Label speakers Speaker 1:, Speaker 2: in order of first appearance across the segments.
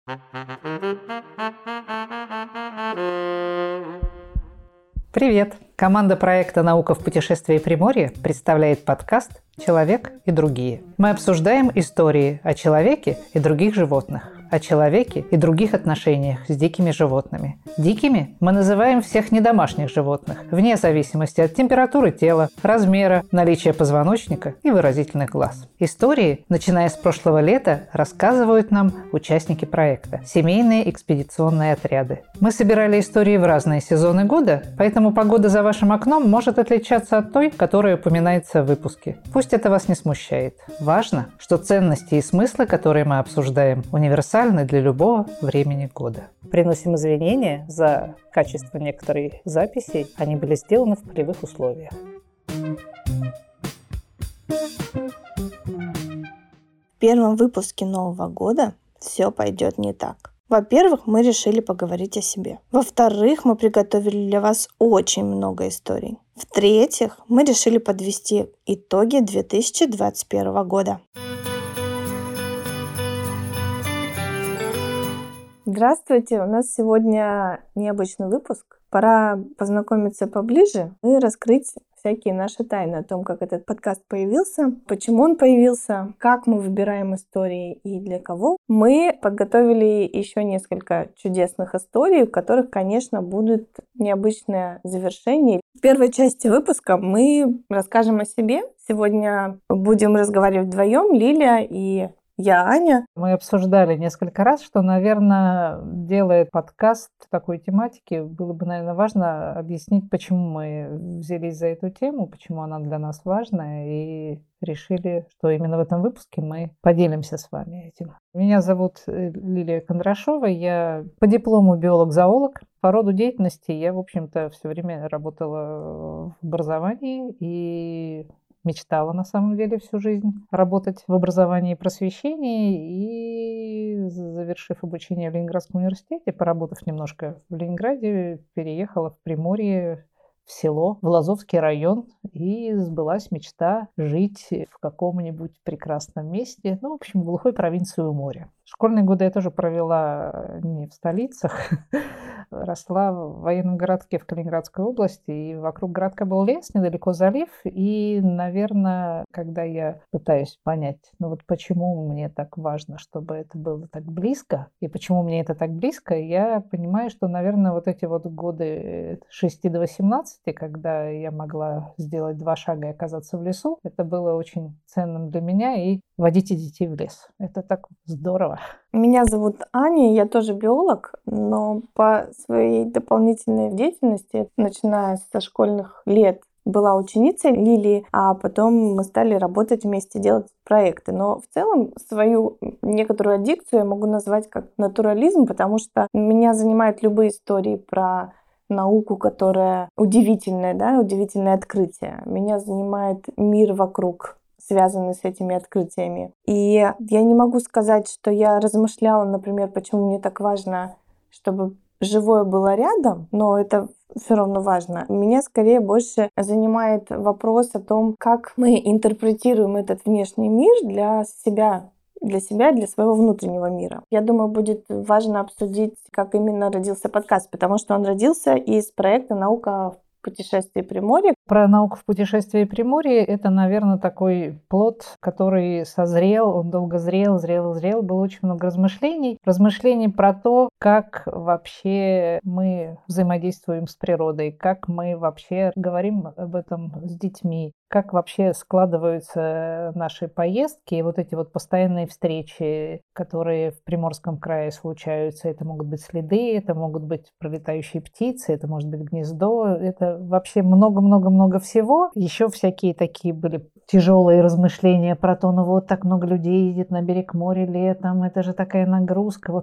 Speaker 1: Привет! Команда проекта «Наука в путешествии Приморья» представляет подкаст «Человек и другие». Мы обсуждаем истории о человеке и других животных, о человеке и других отношениях с дикими животными. Дикими мы называем всех недомашних животных, вне зависимости от температуры тела, размера, наличия позвоночника и выразительных глаз. Истории, начиная с прошлого лета, рассказывают нам участники проекта – семейные экспедиционные отряды. Мы собирали истории в разные сезоны года, поэтому погода за вашим окном может отличаться от той, которая упоминается в выпуске. Пусть это вас не смущает. Важно, что ценности и смыслы, которые мы обсуждаем, универсальны для любого времени года. Приносим извинения за качество некоторых записей. Они были сделаны в полевых условиях.
Speaker 2: В первом выпуске Нового года все пойдет не так. Во-первых, мы решили поговорить о себе. Во-вторых, мы приготовили для вас очень много историй. В-третьих, мы решили подвести итоги 2021 года. Здравствуйте! У нас сегодня необычный выпуск. Пора познакомиться поближе и раскрыть всякие наши тайны о том, как этот подкаст появился, почему он появился, как мы выбираем истории и для кого. Мы подготовили еще несколько чудесных историй, в которых, конечно, будет необычное завершение. В первой части выпуска мы расскажем о себе. Сегодня будем разговаривать вдвоем, Лилия и я, Аня.
Speaker 1: Мы обсуждали несколько раз, что, наверное, делая подкаст такой тематики, было бы, наверное, важно объяснить, почему мы взялись за эту тему, почему она для нас важна, и решили, что именно в этом выпуске мы поделимся с вами этим. Меня зовут Лилия Кондрашова, я по диплому биолог-зоолог. По роду деятельности я, в общем-то, все время работала в образовании и мечтала, на самом деле, всю жизнь работать в образовании и просвещении. И, завершив обучение в Ленинградском университете, поработав немножко в Ленинграде, переехала в Приморье, в село, в Лазовский район. И сбылась мечта жить в каком-нибудь прекрасном месте. В общем, в глухой провинции у моря. Школьные годы я тоже провела не в столицах, росла в военном городке в Калининградской области, и вокруг городка был лес, недалеко залив, и, наверное, когда я пытаюсь понять, почему мне так важно, чтобы это было так близко, и почему мне это так близко, я понимаю, что, наверное, эти годы 6 до 18, когда я могла сделать 2 шага и оказаться в лесу, это было очень ценным для меня, и водите детей в лес. Это так здорово.
Speaker 2: Меня зовут Аня, я тоже биолог, но по своей дополнительной деятельности, начиная со школьных лет, была ученицей Лилии, а потом мы стали работать вместе, делать проекты. Но в целом свою некоторую аддикцию я могу назвать как натурализм, потому что меня занимают любые истории про науку, которая удивительная, удивительное открытие. Меня занимает мир вокруг, связанный с этими открытиями. И я не могу сказать, что я размышляла, например, почему мне так важно, чтобы живое было рядом, но это все равно важно. Меня скорее больше занимает вопрос о том, как мы интерпретируем этот внешний мир для себя, для своего внутреннего мира. Я думаю, будет важно обсудить, как именно родился подкаст, потому что он родился из проекта «Наука в путешествии Приморья».
Speaker 1: Про науку в путешествии Приморья — это, наверное, такой плод, который созрел, он долго зрел, было очень много размышлений. Размышлений про то, как вообще мы взаимодействуем с природой, как мы вообще говорим об этом с детьми, как вообще складываются наши поездки и эти постоянные встречи, которые в Приморском крае случаются. Это могут быть следы, это могут быть пролетающие птицы, это может быть гнездо, это вообще много-много-много всего. Еще всякие такие были тяжелые размышления про то, так много людей едет на берег моря летом, это же такая нагрузка.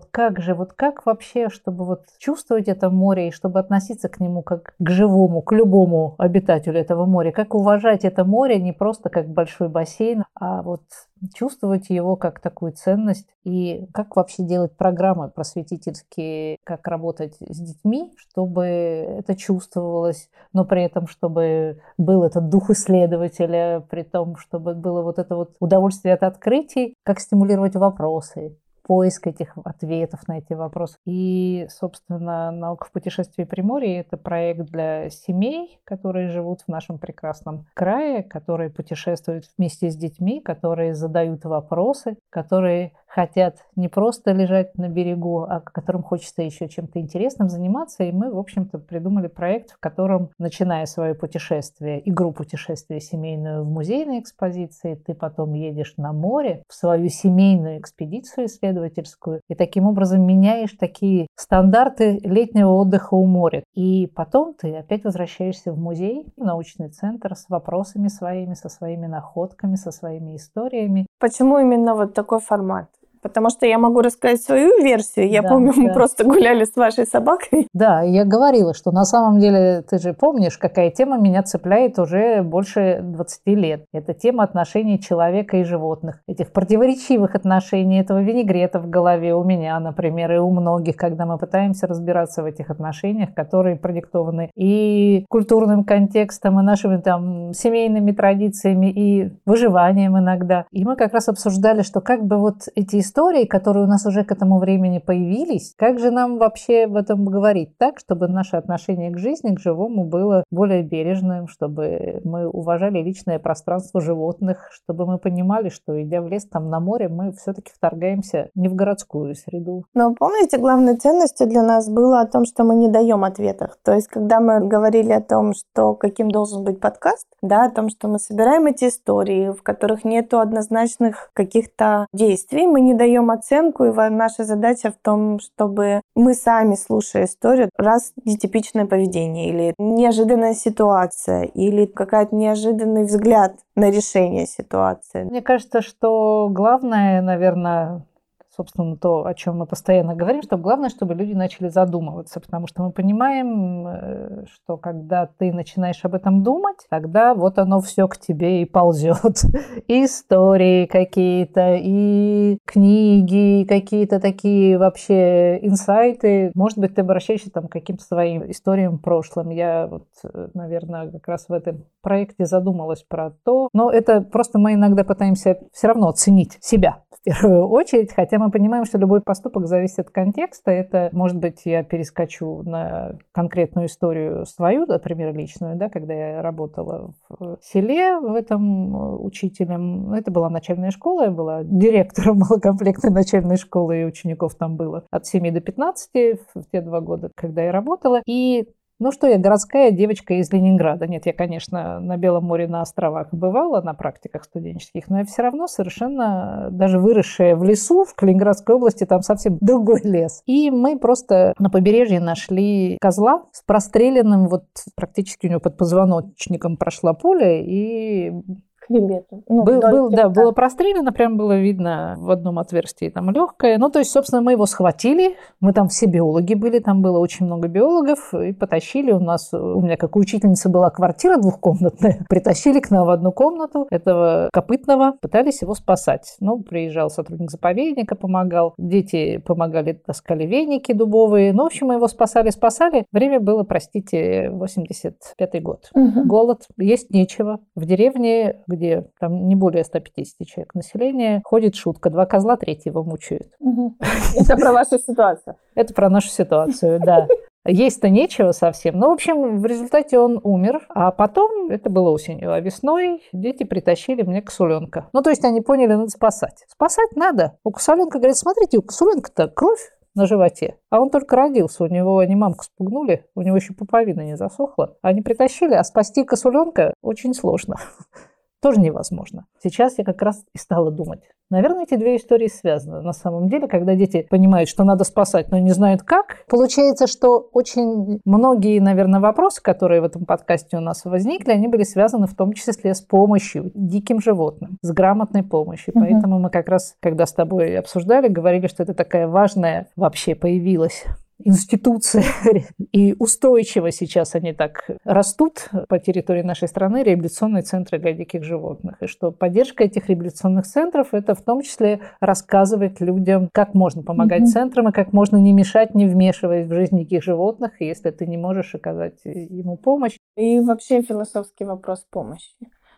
Speaker 1: Как вообще, чтобы чувствовать это море и чтобы относиться к нему как к живому, к любому обитателю этого моря, как уважать это море не просто как большой бассейн, а чувствовать его как такую ценность, и как вообще делать программы просветительские, как работать с детьми, чтобы это чувствовалось, но при этом, чтобы был этот дух исследователя, при том, чтобы было это удовольствие от открытий, как стимулировать вопросы, поиск этих ответов на эти вопросы. И, собственно, «Наука в путешествии Приморья» — это проект для семей, которые живут в нашем прекрасном крае, которые путешествуют вместе с детьми, которые задают вопросы, которые хотят не просто лежать на берегу, а которым хочется еще чем-то интересным заниматься. И мы, в общем-то, придумали проект, в котором, начиная свое путешествие, игру путешествия семейную в музейной экспозиции, ты потом едешь на море в свою семейную экспедицию исследовательскую и таким образом меняешь такие стандарты летнего отдыха у моря. И потом ты опять возвращаешься в музей, в научный центр с вопросами своими, со своими находками, со своими историями.
Speaker 2: Почему именно вот такой формат? Потому что я могу рассказать свою версию. Я помню, мы просто гуляли с вашей собакой.
Speaker 1: Да, я говорила, что на самом деле, ты же помнишь, какая тема меня цепляет уже больше 20 лет. Это тема отношений человека и животных. Этих противоречивых отношений, этого винегрета в голове у меня, например, и у многих, когда мы пытаемся разбираться в этих отношениях, которые продиктованы и культурным контекстом, и нашими там семейными традициями, и выживанием иногда. И мы как раз обсуждали, что как бы вот эти истории, которые у нас уже к этому времени появились, как же нам вообще об этом говорить так, чтобы наше отношение к жизни, к живому было более бережным, чтобы мы уважали личное пространство животных, чтобы мы понимали, что, идя в лес, там на море, мы все-таки вторгаемся не в городскую среду.
Speaker 2: Но помните, главной ценностью для нас было о том, что мы не даем ответов. То есть, когда мы говорили о том, что каким должен быть подкаст, да, о том, что мы собираем эти истории, в которых нету однозначных каких-то действий, мы не даем оценку, и наша задача в том, чтобы мы сами, слушая историю, раз нетипичное поведение или неожиданная ситуация, или какой-то неожиданный взгляд на решение ситуации.
Speaker 1: Мне кажется, что главное, наверное, собственно, то, о чем мы постоянно говорим, что главное, чтобы люди начали задумываться, потому что мы понимаем, что когда ты начинаешь об этом думать, тогда вот оно все к тебе и ползет. И истории какие-то, и книги, и какие-то такие вообще инсайты. Может быть, ты обращаешься там к каким-то своим историям в прошлом. Я вот, наверное, как раз в этом проекте задумалась про то. Но это просто мы иногда пытаемся все равно оценить себя в первую очередь, хотя мы понимаем, что любой поступок зависит от контекста. Это, может быть, я перескочу на конкретную историю свою, например, личную, да, когда я работала в селе в этом учителем. Это была начальная школа, я была директором малокомплектной начальной школы, и учеников там было от 7 до 15 в те 2 года, когда я работала. И ну что, я городская девочка из Ленинграда. Нет, я, конечно, на Белом море, на островах бывала, на практиках студенческих, но я все равно совершенно, даже выросшая в лесу, в Калининградской области, там совсем другой лес. И мы просто на побережье нашли козла с простреленным, вот практически у него под позвоночником прошла пуля, и... было прострелено, прям было видно в одном отверстии там легкое. Ну, то есть, собственно, мы его схватили. Мы там все биологи были, там было очень много биологов, и потащили. У меня, как у учительницы, была квартира двухкомнатная. Притащили к нам в одну комнату этого копытного, пытались его спасать. Ну, приезжал сотрудник заповедника, помогал. Дети помогали, таскали веники дубовые. Ну, в общем, мы его спасали. Время было, простите, 85-й год. Голод, есть нечего. В деревне, где там не более 150 человек населения, ходит шутка: 2 козла, 3-го мучают.
Speaker 2: Это про вашу ситуацию?
Speaker 1: Это про нашу ситуацию, да. Есть-то нечего совсем. Ну, в общем, в результате он умер. А потом, это было осенью, а весной дети притащили мне косуленка. Ну, то есть они поняли, надо спасать. Спасать надо. У косуленка, говорят, смотрите, у косуленка-то кровь на животе. А он только родился, у него они мамку спугнули, у него еще пуповина не засохла. Они притащили, а спасти косуленка очень сложно. Тоже невозможно. Сейчас я как раз и стала думать. Наверное, эти 2 истории связаны. На самом деле, когда дети понимают, что надо спасать, но не знают как, получается, что очень многие, наверное, вопросы, которые в этом подкасте у нас возникли, они были связаны в том числе с помощью диким животным, с грамотной помощью. Поэтому мы как раз, когда с тобой обсуждали, говорили, что это такая важная вообще появилась институции, и устойчиво сейчас они так растут по территории нашей страны, реабилитационные центры для диких животных. И что поддержка этих реабилитационных центров — это в том числе рассказывать людям, как можно помогать центрам и как можно не мешать, не вмешиваясь в жизнь диких животных, если ты не можешь оказать ему помощь.
Speaker 2: И вообще философский вопрос помощи.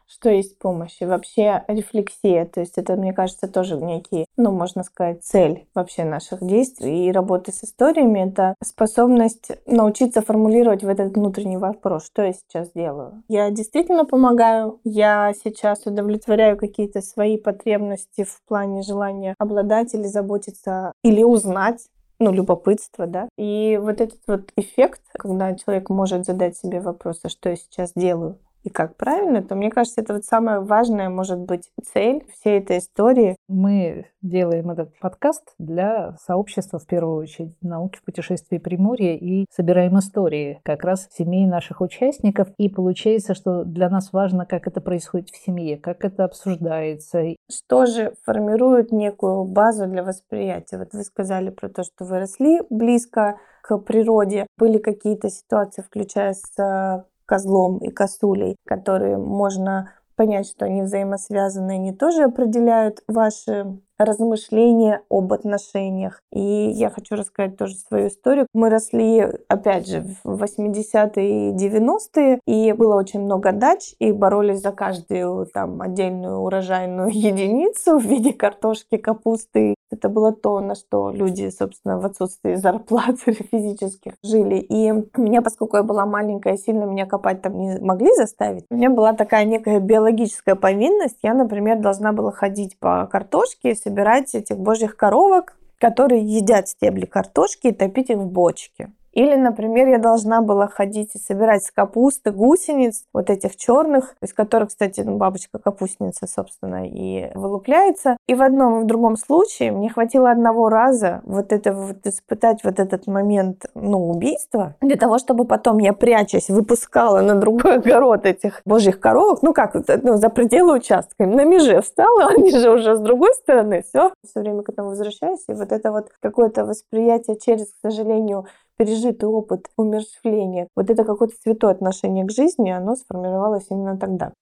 Speaker 2: что есть помощь, и вообще рефлексия. То есть это, мне кажется, тоже некий, можно сказать, цель вообще наших действий и работы с историями. Это способность научиться формулировать в этот внутренний вопрос, что я сейчас делаю. Я действительно помогаю, я сейчас удовлетворяю какие-то свои потребности в плане желания обладать или заботиться, или узнать, любопытство, да. И вот этот вот эффект, когда человек может задать себе вопрос, а что я сейчас делаю и как правильно, то, мне кажется, это вот самая важная, может быть, цель всей этой истории.
Speaker 1: Мы делаем этот подкаст для сообщества, в первую очередь, науки в путешествии Приморья, и собираем истории как раз семей наших участников. И получается, что для нас важно, как это происходит в семье, как это обсуждается.
Speaker 2: Что же формирует некую базу для восприятия? Вот вы сказали про то, что вы росли близко к природе. Были какие-то ситуации, включая с козлом и косулей, которые можно понять, что они взаимосвязаны, они тоже определяют ваши размышления об отношениях. И я хочу рассказать тоже свою историю. Мы росли, опять же, в 80-е и 90-е, и было очень много дач, и боролись за каждую там отдельную урожайную единицу в виде картошки, капусты. Это было то, на что люди, собственно, в отсутствии зарплат физических жили. И меня, поскольку я была маленькая, сильно меня копать там не могли заставить. У меня была такая некая биологическая повинность. Я, например, должна была ходить по картошке, собирать этих божьих коровок, которые едят стебли картошки, и топить их в бочке. Или, например, я должна была ходить и собирать с капусты гусениц, вот этих черных, из которых, кстати, бабочка-капустница, собственно, и вылупляется. И в одном и в другом случае мне хватило одного раза испытать вот этот момент, убийства, для того, чтобы потом я, прячась, выпускала на другой огород этих божьих коровок, за пределы участка. На меже встала, они же уже с другой стороны, все время к этому возвращаюсь. И вот это вот какое-то восприятие через, к сожалению, пережитый опыт умерщвления, вот это какое-то святое отношение к жизни, оно сформировалось именно тогда.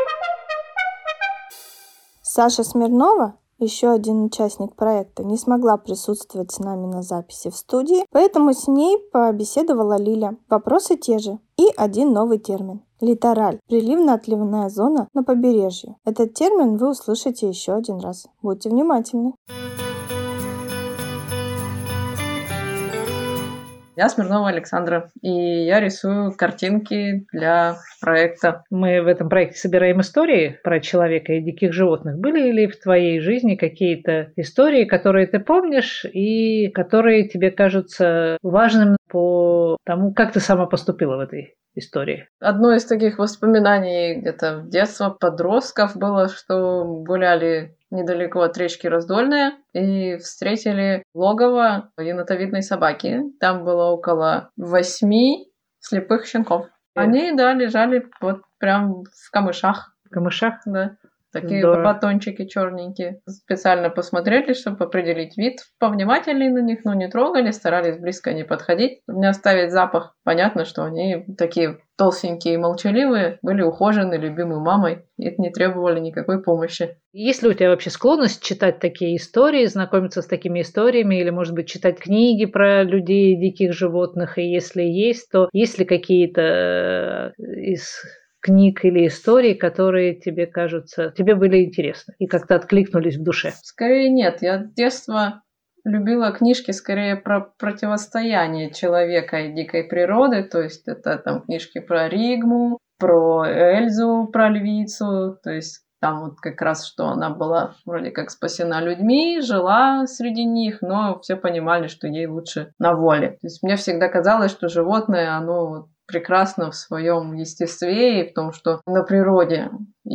Speaker 2: Саша Смирнова, еще один участник проекта, не смогла присутствовать с нами на записи в студии, поэтому с ней побеседовала Лиля. Вопросы те же и один новый термин. Литораль – приливно-отливная зона на побережье. Этот термин вы услышите еще один раз. Будьте внимательны.
Speaker 3: Я Смирнова Александра, и я рисую картинки для проекта.
Speaker 1: Мы в этом проекте собираем истории про человека и диких животных. Были ли в твоей жизни какие-то истории, которые ты помнишь и которые тебе кажутся важными по тому, как ты сама поступила в этой истории?
Speaker 3: Одно из таких воспоминаний где-то в детство подростков было, что гуляли недалеко от речки Раздольная и встретили логово енотовидной собаки. Там было около 8 слепых щенков. Они, лежали вот прям в камышах.
Speaker 1: В камышах?
Speaker 3: Да. Такие
Speaker 1: Здорово.
Speaker 3: батончики черненькие. Специально посмотрели, чтобы определить вид. Повнимательнее на них, но не трогали, старались близко не подходить, не оставить запах. Понятно, что они такие толстенькие и молчаливые, были ухожены любимой мамой и не требовали никакой помощи.
Speaker 1: Есть ли у тебя вообще склонность читать такие истории, знакомиться с такими историями, или, может быть, читать книги про людей и диких животных? И если есть, то есть ли какие-то из книг или историй, которые тебе кажутся, тебе были интересны и как-то откликнулись в душе?
Speaker 3: Скорее нет. Я с детства любила книжки скорее про противостояние человека и дикой природы. То есть это там книжки про Ригму, про Эльзу, про львицу. То есть там вот как раз, что она была вроде как спасена людьми, жила среди них, но все понимали, что ей лучше на воле. То есть мне всегда казалось, что животное, оно прекрасно в своем естестве и в том, что на природе.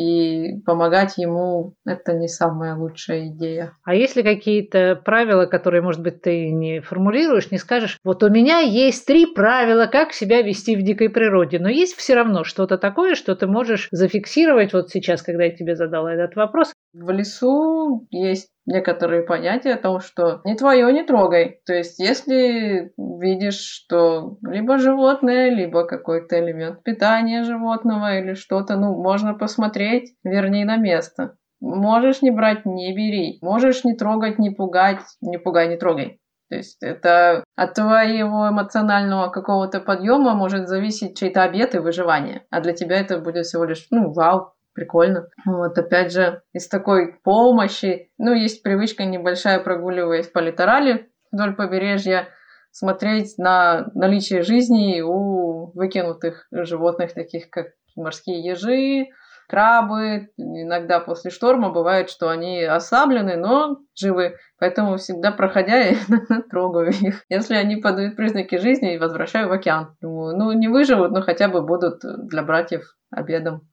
Speaker 3: И помогать ему – это не самая лучшая идея.
Speaker 1: А есть ли какие-то правила, которые, может быть, ты не формулируешь, не скажешь, вот у меня есть 3 правила, как себя вести в дикой природе, но есть все равно что-то такое, что ты можешь зафиксировать вот сейчас, когда я тебе задала этот вопрос?
Speaker 3: В лесу есть некоторые понятия о том, что не твое не трогай. То есть, если видишь, что либо животное, либо какой-то элемент питания животного или что-то, можно посмотреть, верни на место. Можешь не брать, не бери. Можешь не трогать, не пугать, не пугай, не трогай. То есть это от твоего эмоционального какого-то подъема может зависеть чей-то обед и выживание. А для тебя это будет всего лишь, вау, прикольно. Вот, опять же, из такой помощи, есть привычка небольшая, прогуливаясь по литорали вдоль побережья, смотреть на наличие жизни у выкинутых животных, таких как морские ежи, крабы. Иногда после шторма бывает, что они ослаблены, но живы. Поэтому всегда, проходя, я иногда трогаю их. Если они подают признаки жизни, возвращаю в океан. Думаю, не выживут, но хотя бы будут для братьев обедом.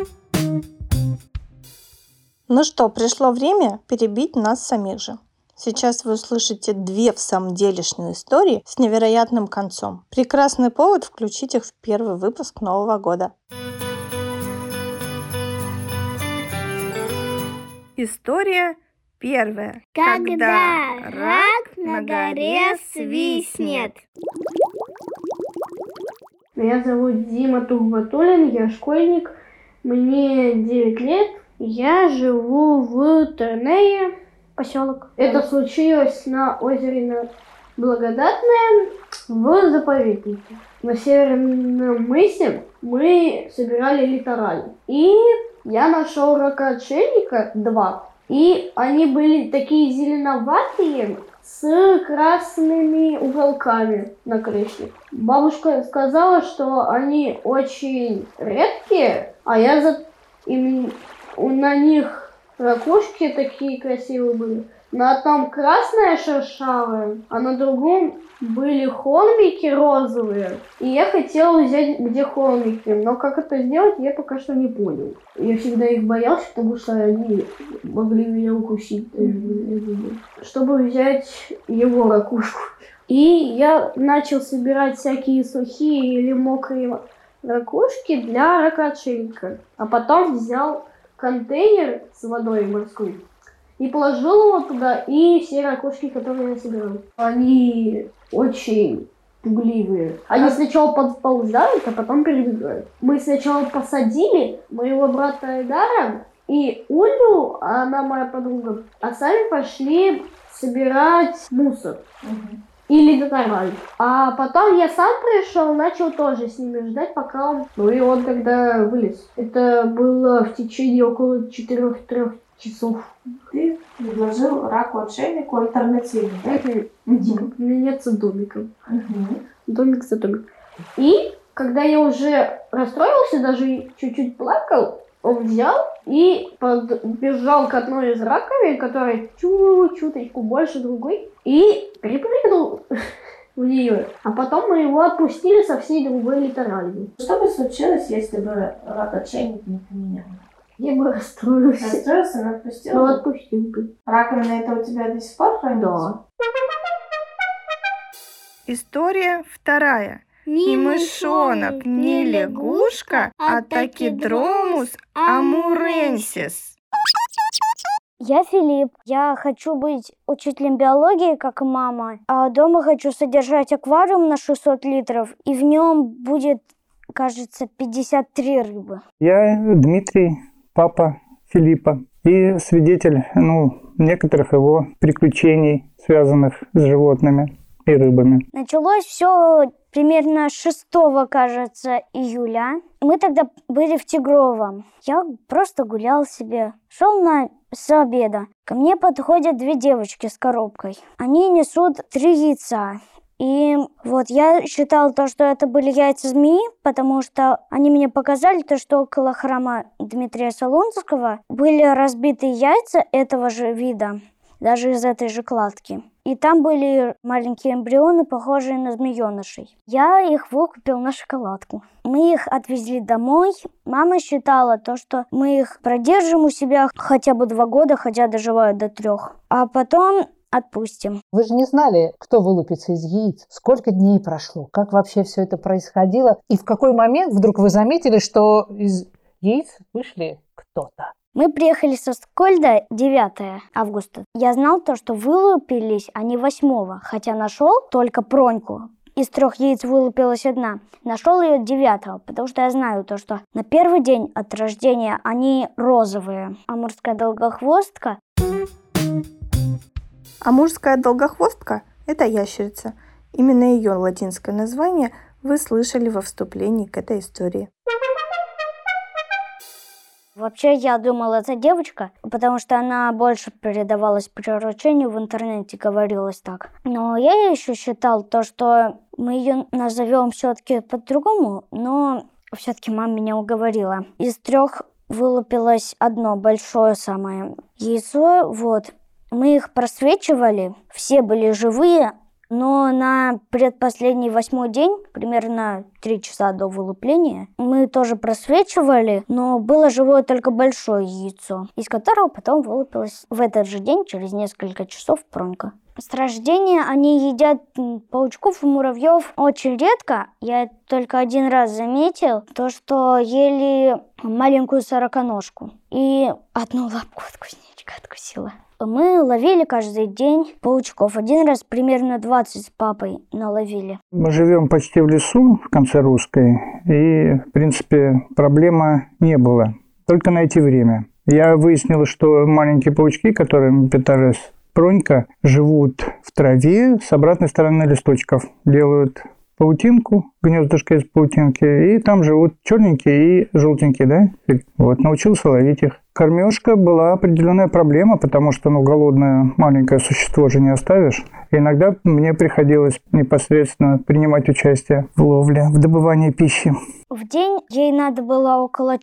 Speaker 2: Ну что, пришло время перебить нас самих же. Сейчас вы услышите 2 в самом делешные истории с невероятным концом. Прекрасный повод включить их в первый выпуск Нового года. История первая.
Speaker 4: Когда рак на горе свистнет.
Speaker 5: Меня зовут Дима Турбатуллин, я школьник, мне 9 лет. Я живу в Торнее, поселок. Это случилось на озере Благодатное в заповеднике. На Северном мысе мы собирали литораль. И я нашел рака-отшельника 2. И они были такие зеленоватые с красными уголками на крыше. Бабушка сказала, что они очень редкие, а на них ракушки такие красивые были. На одном красное шершавое, а на другом были холмики розовые. И я хотела взять, где холмики, но как это сделать, я пока что не понял. Я всегда их боялся, потому что они могли меня укусить. Чтобы взять его ракушку. И я начал собирать всякие сухие или мокрые ракушки для рака-отшельника. А потом взял контейнер с водой морской и положил его туда, и все ракушки, которые я собирал. Они очень пугливые. Они сначала подползают, а потом перебегают. Мы сначала посадили моего брата Айдара и Улю, она моя подруга, а сами пошли собирать мусор. Или литораль. А потом я сам пришел, начал тоже с ними ждать, пока он... и он когда вылез. Это было в течение около 4-3 часов.
Speaker 2: Ты предложил раку-отшельнику альтернативу.
Speaker 5: Меняться домиком. Домик за домик. И когда я уже расстроился, даже чуть-чуть плакал, он взял и подбежал к одной из раковин, которая чуточку больше другой, и перепрыгнул в нее. А потом мы его отпустили со всей другой литоралью.
Speaker 2: Что бы случилось, если бы рак-отшельник не поменял?
Speaker 5: Я бы расстроился.
Speaker 2: Расстроился, но отпустил?
Speaker 5: Ну, отпустил бы.
Speaker 2: Раковина это у тебя до сих пор хранится?
Speaker 5: Да.
Speaker 2: История вторая. Ни мышонок, ни лягушка, а такидромус амуренсис.
Speaker 4: Я Филипп. Я хочу быть учителем биологии, как мама. А дома хочу содержать аквариум на 600 литров, и в нем будет, кажется, 53 рыбы.
Speaker 6: Я Дмитрий, папа Филиппа, и свидетель, некоторых его приключений, связанных с животными и рыбами.
Speaker 4: Началось все примерно 6, кажется, июля. Мы тогда были в Тигровом. Я просто гулял себе. Шел с обеда. Ко мне подходят 2 девочки с коробкой. Они несут 3 яйца. И вот я считал что это были яйца змеи, потому что они мне показали что около храма Дмитрия Солунского были разбиты яйца этого же вида, даже из этой же кладки. И там были маленькие эмбрионы, похожие на змеенышей. Я их выкупил на шоколадку. Мы их отвезли домой. Мама считала что мы их продержим у себя хотя бы 2 года, хотя доживают до 3. А потом отпустим.
Speaker 1: Вы же не знали, кто вылупится из яиц. Сколько дней прошло? Как вообще все это происходило? И в какой момент вдруг вы заметили, что из яиц вышли кто-то?
Speaker 4: Мы приехали со Скольда 9 августа. Я знал что вылупились они 8, хотя нашел только Проньку. Из 3 яиц вылупилась 1. Нашел ее 9, потому что я знаю что на первый день от рождения они розовые. Амурская долгохвостка.
Speaker 2: Амурская долгохвостка – это ящерица. Именно ее латинское название вы слышали во вступлении к этой истории.
Speaker 4: Вообще, я думала, это девочка, потому что она больше передавалась приручению, в интернете говорилось так. Но я еще считал то, что мы ее назовем все-таки по-другому, но все-таки мама меня уговорила. Из 3 вылупилось одно большое самое яйцо, вот. Мы их просвечивали, все были живые, но на предпоследний 8-й день, примерно 3 часа до вылупления, мы тоже просвечивали, но было живое только большое яйцо, из которого потом вылупилась в этот же день, через несколько часов, Пронька. С рождения они едят паучков и муравьев очень редко. Я только 1 раз заметил то, что ели маленькую сороконожку и 1 лапку от кузнечика откусила. Мы ловили каждый день паучков. 1 раз примерно 20 с папой наловили.
Speaker 6: Мы живем почти в лесу, в конце Русской, и, в принципе, проблемы не было. Только найти время. Я выяснил, что маленькие паучки, которым питалась Пронька, живут в траве с обратной стороны листочков. Делают паутинку, гнездышко из паутинки, и там живут черненькие и желтенькие, да? Вот, научился ловить их. Кормежка была определенная проблема, потому что, голодное маленькое существо же не оставишь. И иногда мне приходилось непосредственно принимать участие в ловле, в добывании пищи.
Speaker 4: В день ей надо было около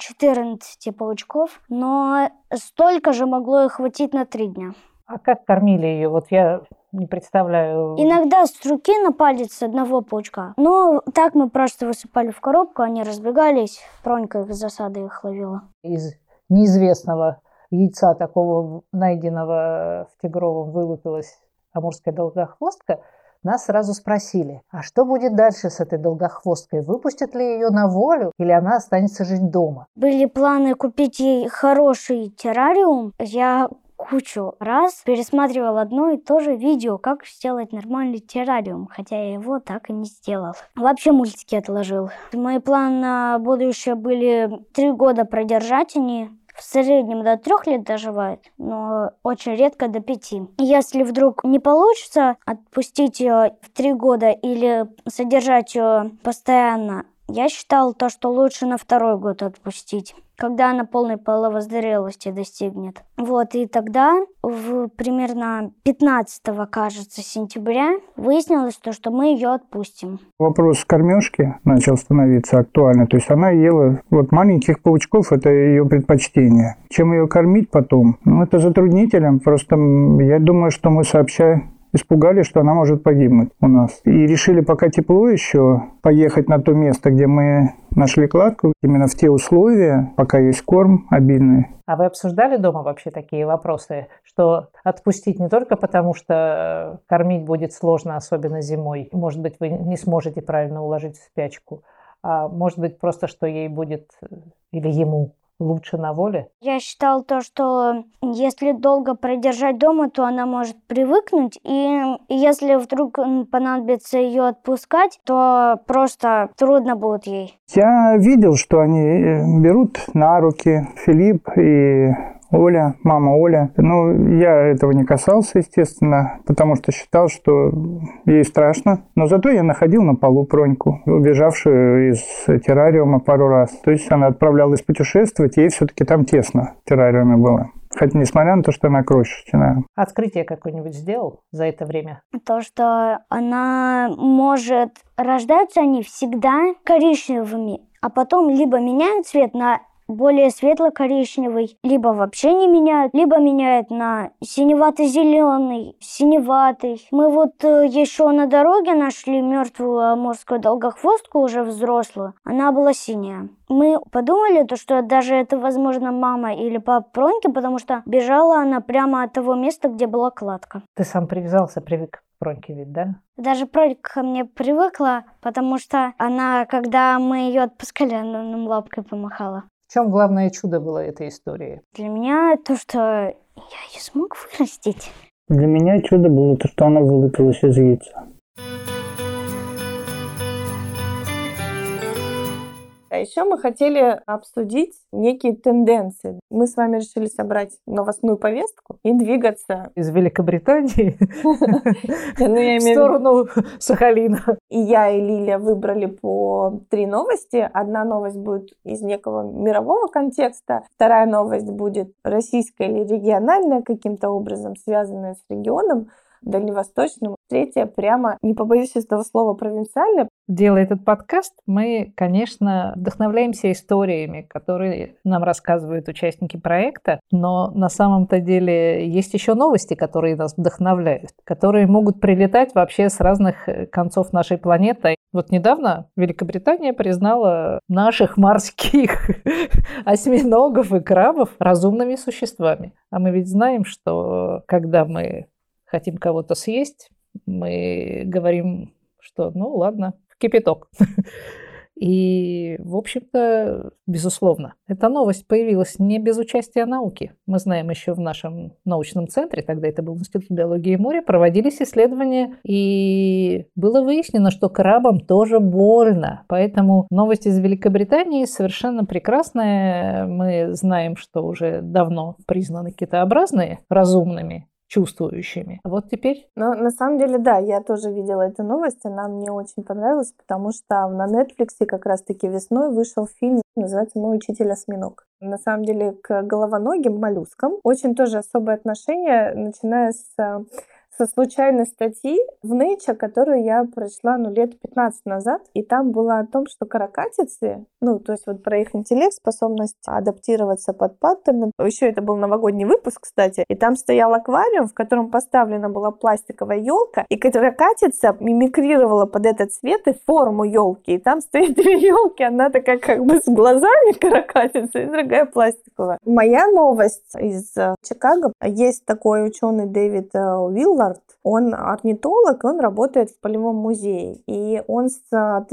Speaker 4: 14 паучков, но столько же могло и хватить на 3 дня.
Speaker 1: А как кормили ее? Вот я не представляю.
Speaker 4: Иногда с руки на палец 1 паучка. Но так мы просто высыпали в коробку, они разбегались. Пронька их с засады их ловила.
Speaker 1: Из неизвестного яйца, такого найденного в Тигровом, вылупилась амурская долгохвостка. Нас сразу спросили, а что будет дальше с этой долгохвосткой? Выпустят ли ее на волю или она останется жить дома?
Speaker 4: Были планы купить ей хороший террариум. Я кучу раз пересматривал одно и то же видео, как сделать нормальный террариум, хотя я его так и не сделал. Вообще мультики отложил. Мои планы на будущее были 3 года продержать они. В среднем до 3 лет доживают, но очень редко до 5. Если вдруг не получится отпустить ее в 3 года или содержать ее постоянно, я считал то, что лучше на 2-й год отпустить, когда она полной половозрелости достигнет. Вот, и тогда примерно 15, кажется, сентября выяснилось то, что мы ее отпустим.
Speaker 6: Вопрос кормежки начал становиться актуальным. То есть она ела маленьких паучков, это ее предпочтение. Чем ее кормить потом? Это затруднительно. Просто я думаю, что мы сообща испугались, что она может погибнуть у нас. И решили, пока тепло еще, поехать на то место, где мы нашли кладку, именно в те условия, пока есть корм обильный.
Speaker 1: А вы обсуждали дома вообще такие вопросы, что отпустить не только потому, что кормить будет сложно, особенно зимой, может быть, вы не сможете правильно уложить в спячку, а может быть просто, что ей будет или ему лучше на воле?
Speaker 4: Я считал то, что если долго продержать дома, то она может привыкнуть, и если вдруг понадобится ее отпускать, то просто трудно будет ей.
Speaker 6: Я видел, что они берут на руки Филипп и Оля, мама Оля. Я этого не касался, естественно, потому что считал, что ей страшно. Но зато я находил на полу Проньку, убежавшую из террариума пару раз. То есть она отправлялась путешествовать, ей все-таки там тесно в террариуме было. Хотя несмотря на то, что она крошечная.
Speaker 1: Открытие какое-нибудь сделал за это время?
Speaker 4: То, что она может... Рождаются они всегда коричневыми, а потом либо меняют цвет на более светло-коричневый, либо вообще не меняют, либо меняют на синевато-зеленый, синеватый. Мы еще на дороге нашли мертвую амурскую долгохвостку, уже взрослую. Она была синяя. Мы подумали, что даже это, возможно, мама или папа Проньки, потому что бежала она прямо от того места, где была кладка.
Speaker 1: Ты сам привязался, привык к Проньке ведь, да?
Speaker 4: Даже Пронька ко мне привыкла, потому что она, когда мы ее отпускали, она нам лапкой помахала.
Speaker 1: В чем главное чудо было этой истории?
Speaker 4: Для меня то, что я ее смог вырастить.
Speaker 6: Для меня чудо было то, что она вылупилась из яйца.
Speaker 2: А еще мы хотели обсудить некие тенденции. Мы с вами решили собрать новостную повестку и двигаться
Speaker 1: Из Великобритании
Speaker 2: в
Speaker 1: в сторону Сахалина.
Speaker 2: И я, и Лилия выбрали по 3 новости. Одна новость будет из некого мирового контекста, вторая новость будет российская или региональная, каким-то образом связанная с регионом дальневосточным. Третья прямо, не побоюсь этого слова, провинциальная.
Speaker 1: Делая этот подкаст, мы, конечно, вдохновляемся историями, которые нам рассказывают участники проекта, но на самом-то деле есть еще новости, которые нас вдохновляют, которые могут прилетать вообще с разных концов нашей планеты. Вот недавно Великобритания признала наших морских осьминогов и крабов разумными существами. А мы ведь знаем, что когда мы хотим кого-то съесть, мы говорим, что ну ладно, в кипяток. И, в общем-то, безусловно, эта новость появилась не без участия науки. Мы знаем, еще в нашем научном центре, тогда это был Институт биологии моря, проводились исследования, и было выяснено, что крабам тоже больно. Поэтому новость из Великобритании совершенно прекрасная. Мы знаем, что уже давно признаны китообразные разумными, чувствующими. А вот теперь...
Speaker 2: Но на самом деле, да, я тоже видела эту новость, она мне очень понравилась, потому что на Netflix как раз-таки весной вышел фильм, называется «Мой учитель осьминог». На самом деле к головоногим моллюскам очень тоже особое отношение, начиная со случайной статьи в Nature, которую я прочла лет 15 назад, и там было о том, что каракатицы, то есть вот про их интеллект, способность адаптироваться под паттерны. Еще это был новогодний выпуск, кстати, и там стоял аквариум, в котором поставлена была пластиковая елка, и каракатица мимикрировала под этот цвет и форму елки, и там стоит 2 елки, одна такая как бы с глазами каракатицы, и другая пластиковая. Моя новость из Чикаго. Есть такой ученый Дэвид Уиллард, он орнитолог, он работает в полевом музее. И он с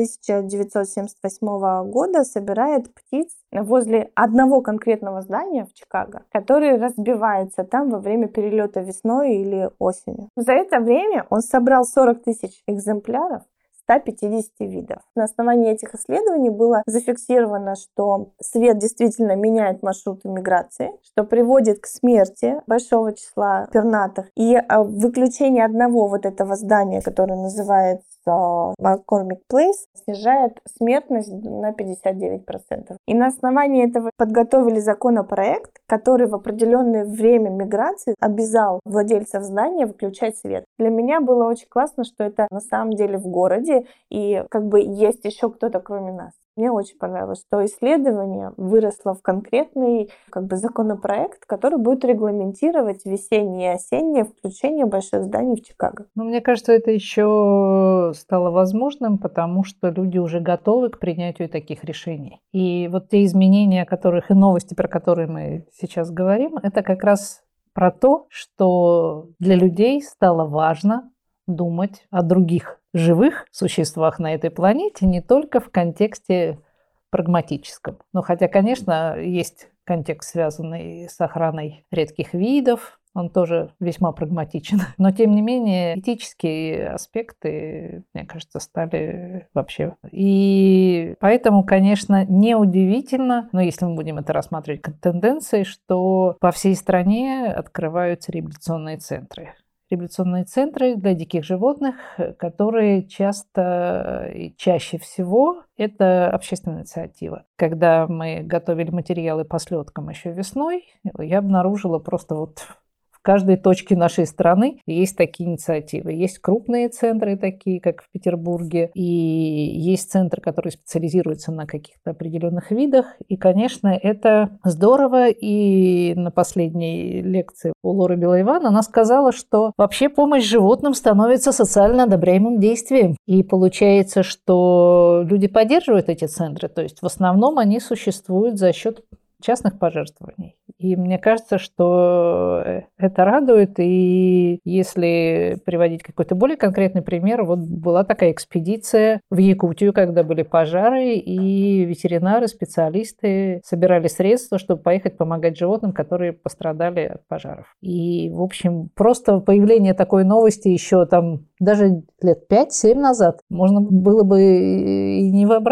Speaker 2: 1978 года собирает птиц возле одного конкретного здания в Чикаго, которые разбиваются там во время перелета весной или осенью. За это время он собрал 40 тысяч экземпляров 150 видов. На основании этих исследований было зафиксировано, что свет действительно меняет маршруты миграции, что приводит к смерти большого числа пернатых. И выключение одного вот этого здания, которое называется McCormick Place, снижает смертность на 59%. И на основании этого подготовили законопроект, который в определенное время миграции обязал владельцев здания выключать свет. Для меня было очень классно, что это на самом деле в городе, и как бы есть еще кто-то кроме нас. Мне очень понравилось, что исследование выросло в конкретный законопроект, который будет регламентировать весеннее и осеннее включение больших зданий в Чикаго.
Speaker 1: Мне кажется, это еще стало возможным, потому что люди уже готовы к принятию таких решений. И вот те изменения, и новости, про которые мы сейчас говорим, это как раз про то, что для людей стало важно думать о других живых существах на этой планете не только в контексте прагматическом. Хотя, конечно, есть контекст, связанный с охраной редких видов, он тоже весьма прагматичен. Но, тем не менее, этические аспекты, мне кажется, стали вообще. И поэтому, конечно, неудивительно, но если мы будем это рассматривать как тенденции, что по всей стране открываются реабилитационные центры. Реабилитационные центры для диких животных, которые часто и чаще всего это общественная инициатива. Когда мы готовили материалы по слеткам еще весной, я обнаружила просто в каждой точке нашей страны есть такие инициативы. Есть крупные центры, такие как в Петербурге, и есть центры, которые специализируются на каких-то определенных видах. И, конечно, это здорово. И на последней лекции у Лоры Белоиван она сказала, что вообще помощь животным становится социально одобряемым действием. И получается, что люди поддерживают эти центры. То есть в основном они существуют за счет частных пожертвований. И мне кажется, что это радует. И если приводить какой-то более конкретный пример, была такая экспедиция в Якутию, когда были пожары, и ветеринары, специалисты собирали средства, чтобы поехать помогать животным, которые пострадали от пожаров. И, в общем, просто появление такой новости еще даже лет 5-7 назад можно было бы и не вообразить.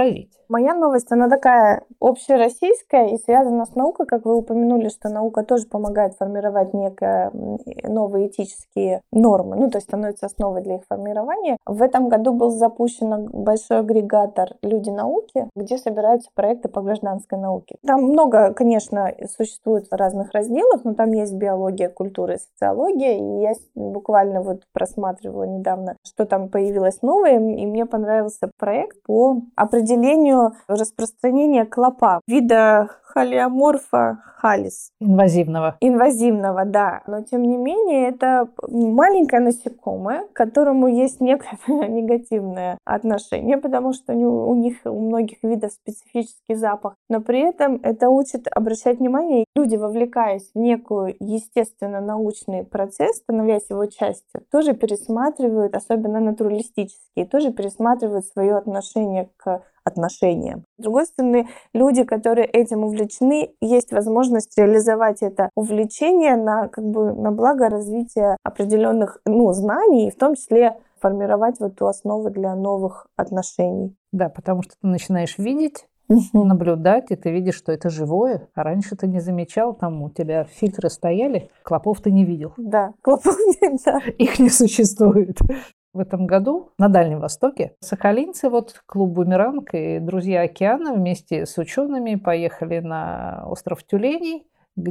Speaker 2: Моя новость, она такая общероссийская и связана с наукой, как вы упомянули, что наука тоже помогает формировать некие новые этические нормы, ну, то есть становится основой для их формирования. В этом году был запущен большой агрегатор «Люди науки», где собираются проекты по гражданской науке. Там много, конечно, существует разных разделов, но там есть биология, культура и социология, и я буквально вот просматривала недавно, что там появилось новое, и мне понравился проект по определению распространения клопа, вида холеоморфа халис. Инвазивного, да. Но, тем не менее, это маленькое насекомое, к которому есть некое негативное отношение, потому что у многих видов специфический запах. Но при этом это учит обращать внимание. Люди, вовлекаясь в некую естественно-научный процесс, становясь его частью, тоже пересматривают, особенно натуралистические, тоже пересматривают свое отношение к отношениям. С другой стороны, люди, которые этим увлечены, есть возможность реализовать это увлечение на благо развития определенных знаний, и в том числе формировать вот ту основу для новых отношений.
Speaker 1: Да, потому что ты начинаешь видеть, наблюдать, и ты видишь, что это живое, а раньше ты не замечал, там у тебя фильтры стояли, клопов ты не видел.
Speaker 2: Да, клопов нет, да.
Speaker 1: Их не существует. В этом году на Дальнем Востоке сахалинцы, клуб «Бумеранг» и «Друзья океана» вместе с учеными поехали на остров Тюленей,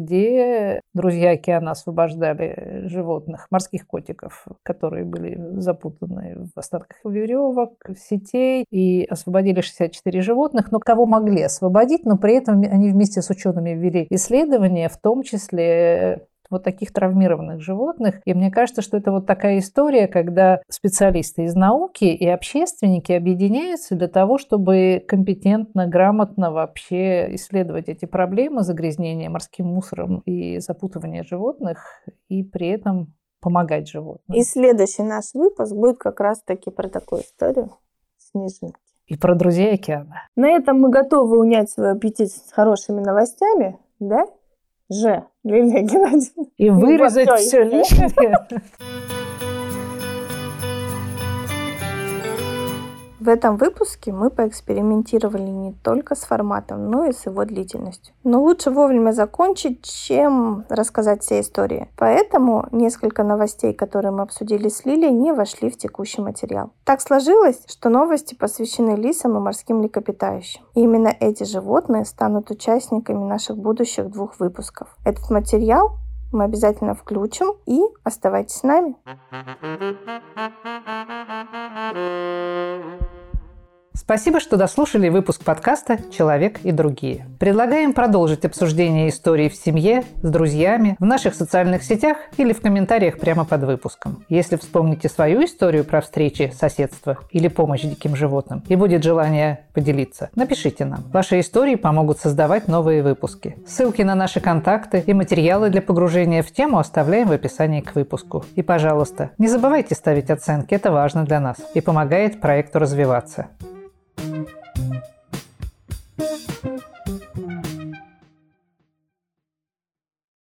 Speaker 1: где «Друзья океана» освобождали животных, морских котиков, которые были запутаны в остатках веревок, сетей, и освободили 64 животных, но кого могли освободить, но при этом они вместе с учеными ввели исследования, в том числе таких травмированных животных. И мне кажется, что это такая история, когда специалисты из науки и общественники объединяются для того, чтобы компетентно, грамотно вообще исследовать эти проблемы загрязнения морским мусором и запутывания животных, и при этом помогать животным.
Speaker 2: И следующий наш выпуск будет как раз-таки про такую историю снежинки.
Speaker 1: И про друзей океана.
Speaker 2: На этом мы готовы унять свой аппетит с хорошими новостями, да? Лилия Геннадьевна.
Speaker 1: И вырезать все лишнее.
Speaker 2: В этом выпуске мы поэкспериментировали не только с форматом, но и с его длительностью. Но лучше вовремя закончить, чем рассказать все истории. Поэтому несколько новостей, которые мы обсудили с Лилией, не вошли в текущий материал. Так сложилось, что новости посвящены лисам и морским млекопитающим. И именно эти животные станут участниками наших будущих 2 выпусков. Этот материал мы обязательно включим, и оставайтесь с нами.
Speaker 1: Спасибо, что дослушали выпуск подкаста «Человек и другие». Предлагаем продолжить обсуждение историй в семье, с друзьями, в наших социальных сетях или в комментариях прямо под выпуском. Если вспомните свою историю про встречи, соседство или помощь диким животным и будет желание поделиться, напишите нам. Ваши истории помогут создавать новые выпуски. Ссылки на наши контакты и материалы для погружения в тему оставляем в описании к выпуску. И, пожалуйста, не забывайте ставить оценки, это важно для нас и помогает проекту развиваться.